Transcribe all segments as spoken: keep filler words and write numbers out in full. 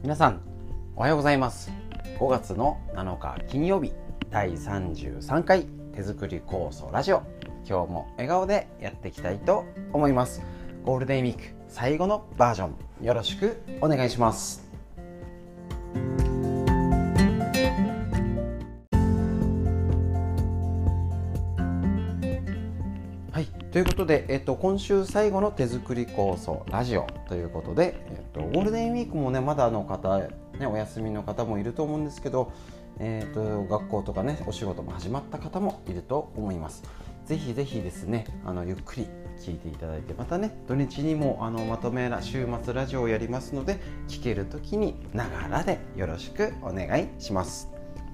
皆さんおはようございます。ごがつのなのか金曜日、だいさんじゅうさんかい手作り酵素ラジオ、今日も笑顔でやっていきたいと思います。ゴールデンウィーク最後のバージョン、よろしくお願いします。はい、ということで、えっと、今週最後の手作り酵素ラジオということで、えっと、ゴールデンウィークもねまだの方、ね、お休みの方もいると思うんですけど、えっと、学校とかねお仕事も始まった方もいると思います。ぜひぜひですね、あのゆっくり聞いていただいて、またね土日にもあのまとめら週末ラジオをやりますので、聞けるときにながらでよろしくお願いします。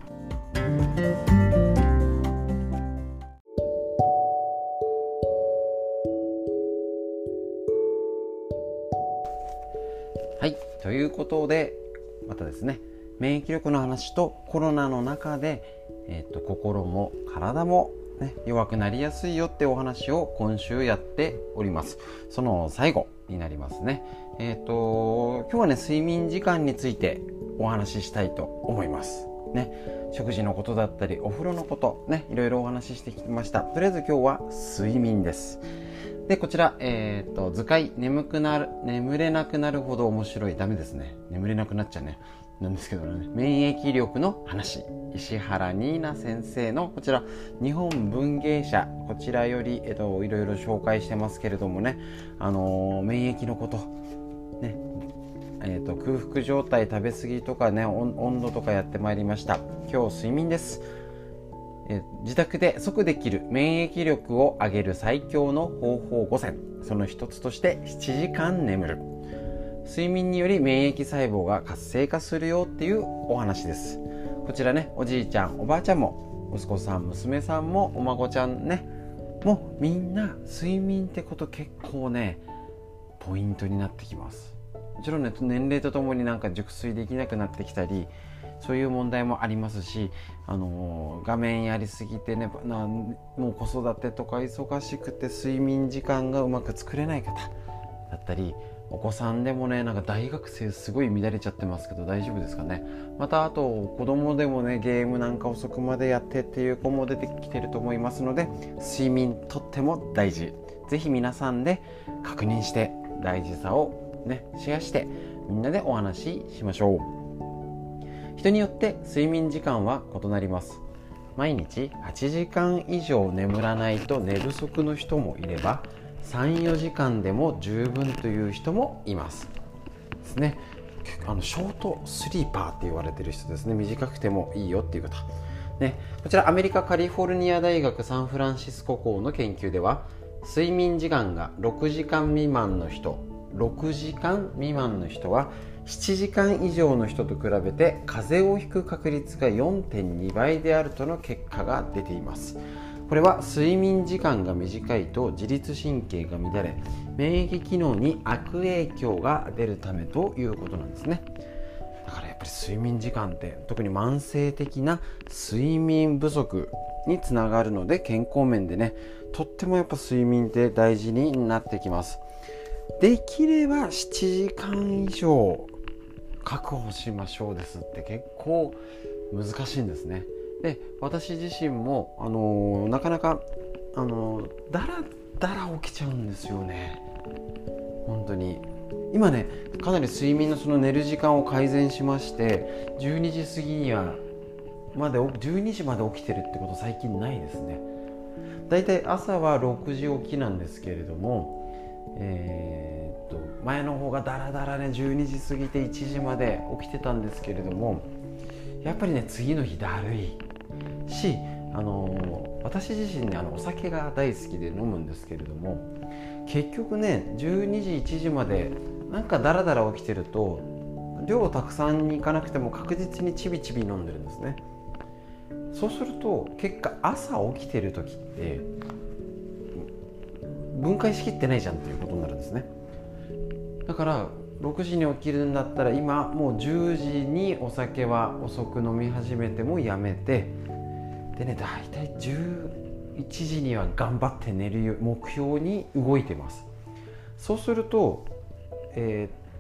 はい、ということでまたですね、免疫力の話とコロナの中で、えー、と心も体も、ね、弱くなりやすいよってお話を今週やっております。その最後になりますね。えー、と今日はね睡眠時間についてお話ししたいと思いますね。食事のことだったりお風呂のことね、いろいろお話ししてきました。とりあえず今日は睡眠です。でこちら、えー、と図解、眠くなる眠れなくなるほど面白い、ダメですね、眠れなくなっちゃうねなんですけどね、免疫力の話、石原ニーナ先生のこちら日本文芸社、こちらより、えー、といろいろ紹介してますけれどもね、あのー、免疫のことね、えー、と空腹状態、食べ過ぎとかね、温度とかやってまいりました。今日睡眠です。自宅で即できる免疫力を上げる最強の方法ごせん、その一つとしてしちじかん眠る。睡眠により免疫細胞が活性化するよっていうお話です。こちらね、おじいちゃんおばあちゃんも息子さん娘さんもお孫ちゃんね、もうみんな睡眠ってこと結構ねポイントになってきます。もちろんね年齢とともになんか熟睡できなくなってきたり、そういう問題もありますし、あのー、画面やりすぎてね、なもう子育てとか忙しくて睡眠時間がうまく作れない方だったり、お子さんでもねなんか大学生すごい乱れちゃってますけど大丈夫ですかね。またあと子供でもねゲームなんか遅くまでやってっていう子も出てきてると思いますので、睡眠とっても大事。ぜひ皆さんで確認して大事さをねシェアしてみんなでお話ししましょう。人によって睡眠時間は異なります。毎日はちじかん以上眠らないと寝不足の人もいれば、さん、よじかんでも十分という人もいますですね。あのショートスリーパーって言われてる人ですね。短くてもいいよっていう方ね。こちらアメリカカリフォルニア大学サンフランシスコ校の研究では、睡眠時間がろくじかん未満の人ろくじかん未満の人はしちじかん以上の人と比べて風邪をひく確率が よんてんに 倍であるとの結果が出ています。これは睡眠時間が短いと自律神経が乱れ、免疫機能に悪影響が出るためということなんですね。だからやっぱり睡眠時間って特に慢性的な睡眠不足につながるので、健康面でねとってもやっぱ睡眠って大事になってきます。できればしちじかん以上確保しましょうですって結構難しいんですね。で私自身も、あのー、なかなか、あのー、だらだら起きちゃうんですよね。本当に今ねかなり睡眠のその寝る時間を改善しまして、じゅうにじ過ぎにはまでじゅうにじまで起きてるってこと最近ないですね。だいたい朝はろくじ起きなんですけれども、えー、っと前の方がだらだらねじゅうにじ過ぎていちじまで起きてたんですけれども、やっぱりね次の日だるいし、あのー、私自身ねあのお酒が大好きで飲むんですけれども、結局ねじゅうにじいちじまでなんかだらだら起きてると量たくさんにいかなくても確実にちびちび飲んでるんですね。そうすると結果朝起きてる時って分解しきってないじゃんということになるんですね。だからろくじに起きるんだったら今もうじゅうじにお酒は遅く飲み始めてもやめて、でねだいたいじゅういちじには頑張って寝る目標に動いてます。そうすると、え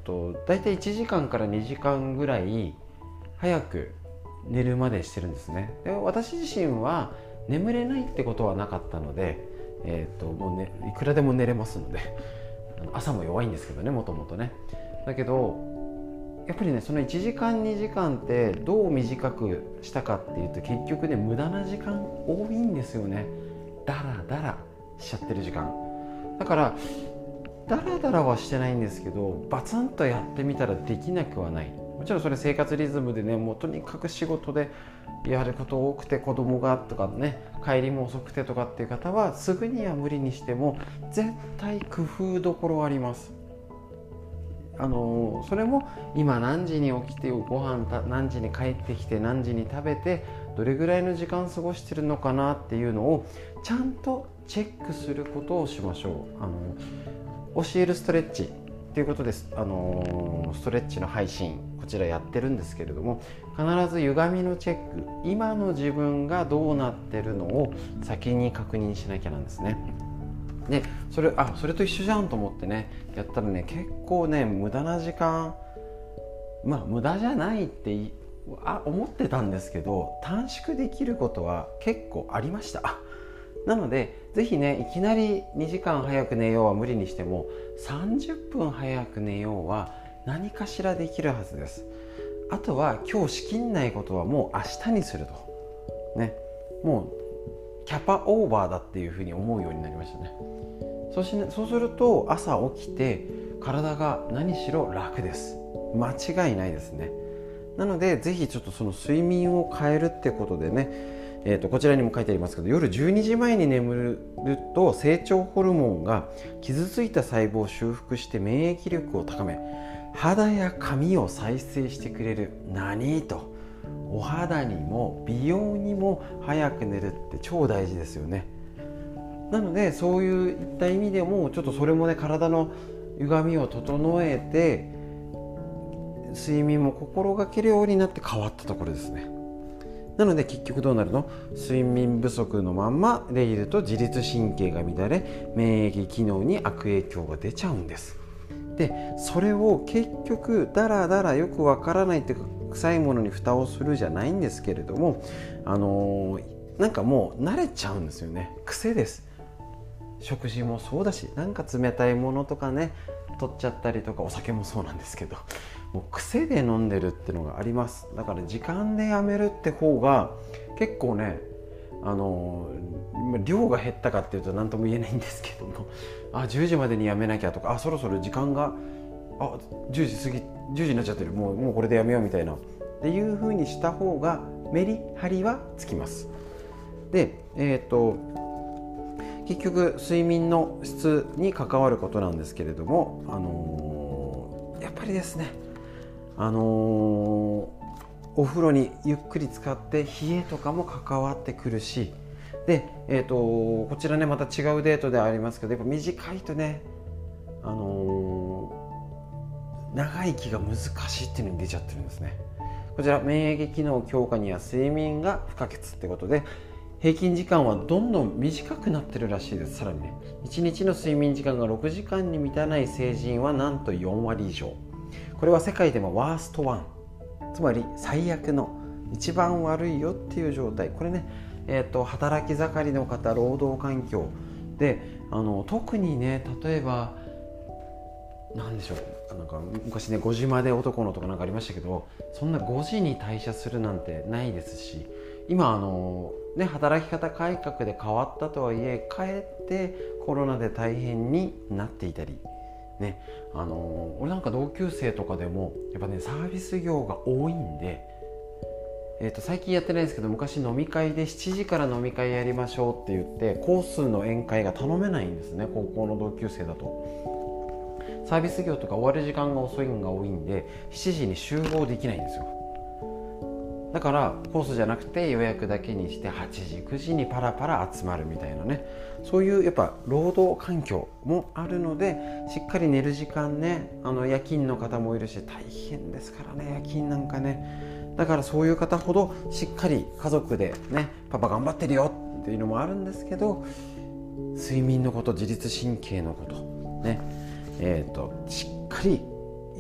ー、とだいたいいちじかんからにじかんぐらい早く寝るまでしてるんですね。で私自身は眠れないってことはなかったので、えー、ともう、ね、いくらでも寝れますので朝も弱いんですけどね、もともとね。だけどやっぱりね、そのいちじかんにじかんってどう短くしたかっていうと、結局ね無駄な時間多いんですよね。ダラダラしちゃってる時間だから、ダラダラはしてないんですけど、バツンとやってみたらできなくはない。もちろんそれ生活リズムでね、もうとにかく仕事でやること多くて、子供がとかね、帰りも遅くてとかっていう方はすぐには無理にしても絶対工夫どころあります。あのそれも今何時に起きてご飯た何時に帰ってきて何時に食べてどれぐらいの時間過ごしてるのかなっていうのをちゃんとチェックすることをしましょう。あの教えるストレッチということです。あのストレッチの配信こちらやってるんですけれども、必ず歪みのチェック、今の自分がどうなってるのを先に確認しなきゃなんですね。でそれあそれと一緒じゃんと思ってねやったらね、結構ね無駄な時間、まあ無駄じゃないってあ思ってたんですけど、短縮できることは結構ありました。なのでぜひね、いきなりにじかん早く寝ようは無理にしてもさんじゅっぷん早く寝ようは何かしらできるはずです。あとは今日しきんないことはもう明日にするとね、もうキャパオーバーだっていうふうに思うようになりましたね。そうし、そうすると朝起きて体が何しろ楽です。間違いないですね。なのでぜひちょっとその睡眠を変えるってことでね、えーとこちらにも書いてありますけど、夜じゅうにじまえに眠ると成長ホルモンが傷ついた細胞を修復して免疫力を高め、肌や髪を再生してくれる。何とお肌にも美容にも早く寝るって超大事ですよね。なのでそういった意味でもちょっとそれもね、体の歪みを整えて睡眠も心がけるようになって変わったところですね。なので結局どうなるの？睡眠不足のまんまでいると自律神経が乱れ、免疫機能に悪影響が出ちゃうんです。でそれを結局だらだらよくわからないっていうか、臭いものに蓋をするじゃないんですけれども、あのー、なんかもう慣れちゃうんですよね。癖です。食事もそうだし、なんか冷たいものとかね取っちゃったりとか、お酒もそうなんですけど、もう癖で飲んでるってのがあります。だから時間でやめるって方が結構ね、あのー、量が減ったかっていうと何とも言えないんですけども、あじゅうじまでにやめなきゃとか、あそろそろ時間があじゅうじ過ぎじゅうじになっちゃってる、もう、もうこれでやめようみたいなっていう風にした方がメリハリはつきます。でえっと結局睡眠の質に関わることなんですけれども、あのー、やっぱりですね、あのー、お風呂にゆっくり使って冷えとかも関わってくるし、で、えーと、こちらねまた違うデートでありますけど、やっぱ短いとね、あのー、長生きが難しいっていうのに出ちゃってるんですね。こちら免疫機能強化には睡眠が不可欠ってことで、平均時間はどんどん短くなってるらしいです。さらにね、いちにちの睡眠時間がろくじかんに満たない成人はなんとよんわり以上。これは世界でもワーストワン、つまり最悪の一番悪いよっていう状態。これね、えーと、働き盛りの方、労働環境で、あの特にね、例えばなんでしょう、なんか昔ねごじまで男のとかなんかありましたけど、そんなごじに退社するなんてないですし、今あのね、働き方改革で変わったとはいえ、かえってコロナで大変になっていたりね、あの俺なんか同級生とかでもやっぱねサービス業が多いんで、えーと最近やってないんですけど、昔飲み会でしちじから飲み会やりましょうって言ってコースの宴会が頼めないんですね。高校の同級生だとサービス業とか終わる時間が遅いのが多いんで、しちじに集合できないんですよ。だからコースじゃなくて予約だけにしてはちじくじにパラパラ集まるみたいなね、そういうやっぱ労働環境もあるので、しっかり寝る時間ね、あの夜勤の方もいるし大変ですからね、夜勤なんかね。だからそういう方ほどしっかり家族でね、パパ頑張ってるよっていうのもあるんですけど、睡眠のこと、自律神経のことね、えーとしっかり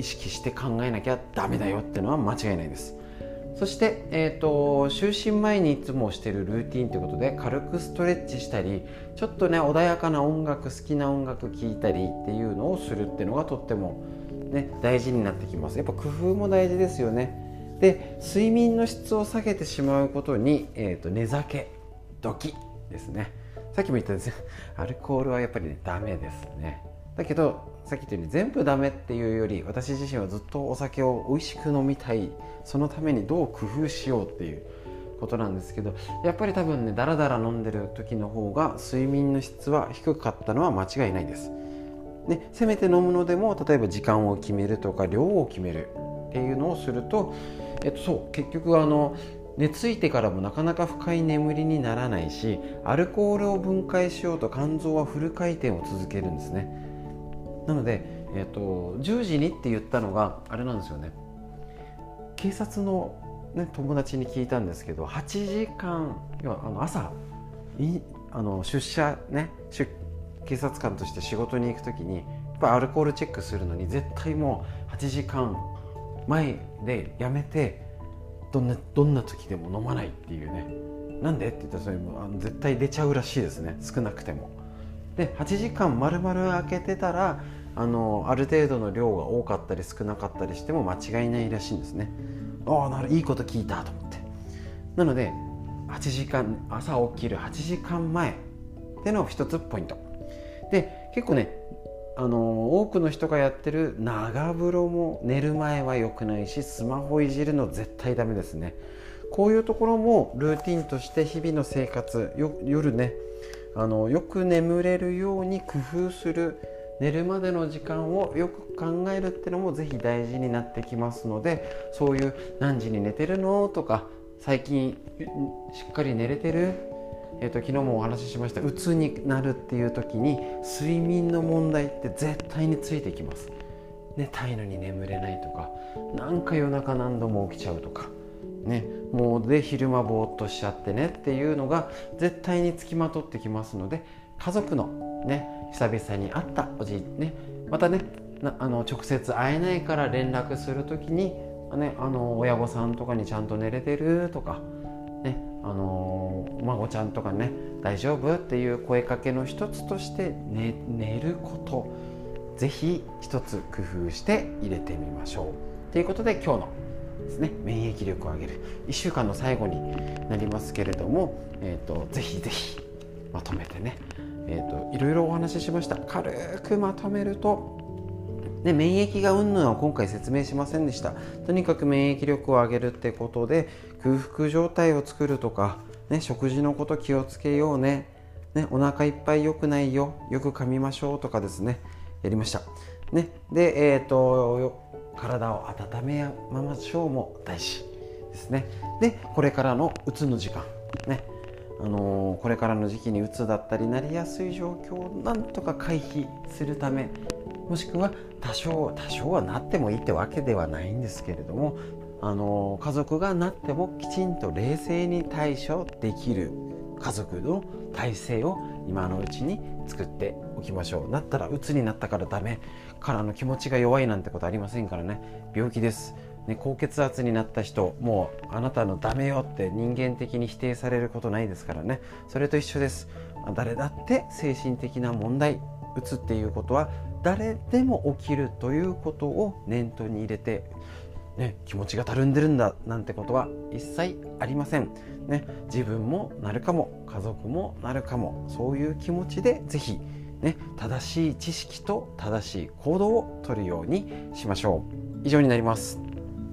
意識して考えなきゃダメだよっていうのは間違いないです。そして、えーと、就寝前にいつもしているルーティンということで、軽くストレッチしたり、ちょっとね穏やかな音楽、好きな音楽聴いたりっていうのをするっていうのがとっても、ね、大事になってきます。やっぱ工夫も大事ですよね。で、睡眠の質を下げてしまうことに、えーと、寝酒時ですね。さっきも言ったんですよ、アルコールはやっぱりねダメですね。だけどさっき言ったように全部ダメっていうより、私自身はずっとお酒を美味しく飲みたい、そのためにどう工夫しようっていうことなんですけど、やっぱり多分ねダラダラ飲んでる時の方が睡眠の質は低かったのは間違いないです。で、せめて飲むのでも例えば時間を決めるとか量を決めるっていうのをすると、えっと、そう結局あの寝ついてからもなかなか深い眠りにならないし、アルコールを分解しようと肝臓はフル回転を続けるんですね。なので、えーと、じゅうじにって言ったのがあれなんですよね。警察の、ね、友達に聞いたんですけど、はちじかん、要はあの朝いあの出社ね出警察官として仕事に行くときにやっぱアルコールチェックするのに絶対もうはちじかんまえでやめて、どんなどんな時でも飲まないっていうね。なんでって言ったらそれもあの絶対出ちゃうらしいですね、少なくても。で、はちじかん丸々空けてたらあのある程度の量が多かったり少なかったりしても間違いないらしいんですね。ああ、なるいいこと聞いたと思って。なのではちじかん、朝起きるはちじかんまえってのを一つポイントで、結構ねあの多くの人がやってる長風呂も寝る前は良くないし、スマホいじるの絶対ダメですね。こういうところもルーティンとして日々の生活、よ夜ねあのよく眠れるように工夫する、寝るまでの時間をよく考えるっていうのもぜひ大事になってきますので、そういう何時に寝てるのとか、最近しっかり寝れてる、えーと、昨日もお話ししましたうつになるっていう時に睡眠の問題って絶対についてきます。寝たいのに眠れないとか、なんか夜中何度も起きちゃうとかね、もうで昼間ぼーっとしちゃってねっていうのが絶対につきまとってきますので、家族のね久々に会ったおじいね、またねあの直接会えないから連絡するときに、ね、あの親御さんとかにちゃんと寝れてるとか、ね、あの孫ちゃんとかね大丈夫っていう声かけの一つとして、ね、寝ることぜひ一つ工夫して入れてみましょうということで、今日のですね、免疫力を上げるいっしゅうかんの最後になりますけれども、えーと、ぜひぜひまとめてね、えーと、いろいろお話ししました。軽くまとめると、ね、免疫がうんぬんは今回説明しませんでした。とにかく免疫力を上げるってことで、空腹状態を作るとか、ね、食事のこと気をつけようね、ね、お腹いっぱい良くないよ、よく噛みましょうとかですね、やりました。ね、で、えーと体を温めましょうも大事ですね。で、これからのうつの時間ね、あのー、これからの時期にうつだったりなりやすい状況をなんとか回避するため、もしくは多少多少はなってもいいってわけではないんですけれども、あのー、家族がなってもきちんと冷静に対処できる家族の体制を今のうちに作っておきましょう。なったらうつになったからダメからの気持ちが弱いなんてことありませんからね。病気です、ね、高血圧になった人、もうあなたのダメよって人間的に否定されることないですからね。それと一緒です。誰だって精神的な問題、うつっていうことは誰でも起きるということを念頭に入れて、ね、気持ちがたるんでるんだなんてことは一切ありません、ね、自分もなるかも家族もなるかも、そういう気持ちでぜひ、ね、正しい知識と正しい行動をとるようにしましょう。以上になります。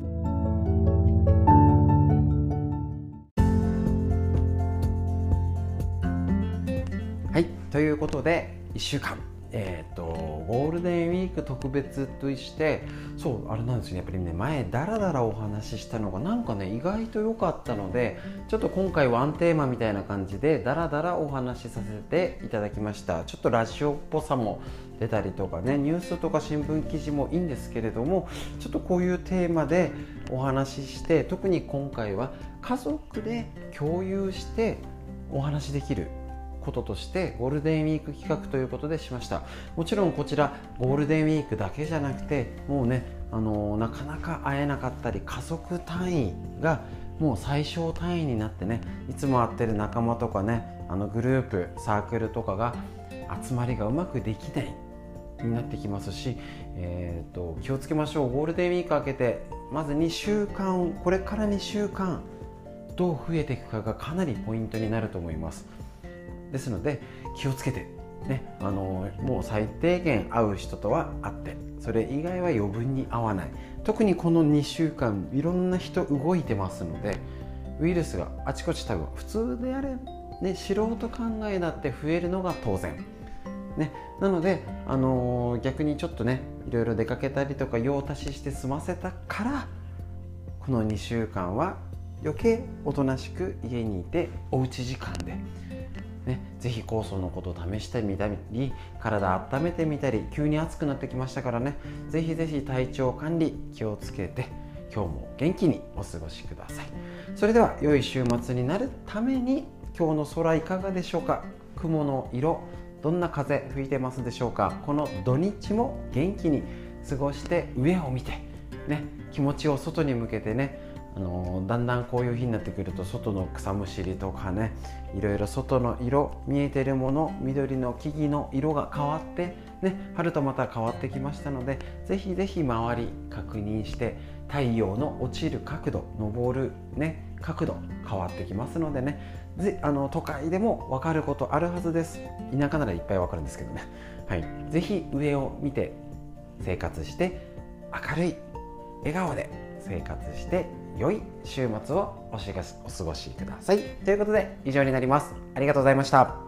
はい、ということでいっしゅうかん、えー、とゴールデンウィーク特別として、そうあれなんですよね、やっぱりね前ダラダラお話ししたのがなんかね意外と良かったので、ちょっと今回ワンテーマみたいな感じでダラダラお話しさせていただきました。ちょっとラジオっぽさも出たりとかね、ニュースとか新聞記事もいいんですけれども、ちょっとこういうテーマでお話しして、特に今回は家族で共有してお話しできることとしてゴールデンウィーク企画ということでしました。もちろんこちらゴールデンウィークだけじゃなくて、もうねあのなかなか会えなかったり、家族単位がもう最小単位になってね、いつも会ってる仲間とかね、あのグループサークルとかが集まりがうまくできないになってきますし、えー、と気をつけましょう。ゴールデンウィーク明けてまずにしゅうかん、これからにしゅうかんどう増えていくかがかなりポイントになると思います。ですので気をつけてね、あのもう最低限会う人とは会って、それ以外は余分に会わない。特にこのにしゅうかんいろんな人動いてますので、ウイルスがあちこち多分普通であれ、ね、素人考えだって増えるのが当然、ね、なので、あのー、逆にちょっとねいろいろ出かけたりとか用足しして済ませたから、このにしゅうかんは余計おとなしく家にいておうち時間でね、ぜひ酵素のことを試してみたり、体温めてみたり、急に暑くなってきましたからね、ぜひぜひ体調管理気をつけて今日も元気にお過ごしください。それでは良い週末になるために、今日の空いかがでしょうか。雲の色、どんな風吹いてますでしょうか。この土日も元気に過ごして上を見て、ね、気持ちを外に向けてね、あのだんだんこういう日になってくると外の草むしりとかね、いろいろ外の色、見えてるもの、緑の木々の色が変わって、ね、春とまた変わってきましたので、ぜひぜひ周り確認して太陽の落ちる角度、昇る、ね、角度変わってきますのでね、ぜあの都会でも分かることあるはずです。田舎ならいっぱい分かるんですけどね、はい、ぜひ上を見て生活して明るい笑顔で生活して良い週末をお過ごしください。ということで以上になります。ありがとうございました。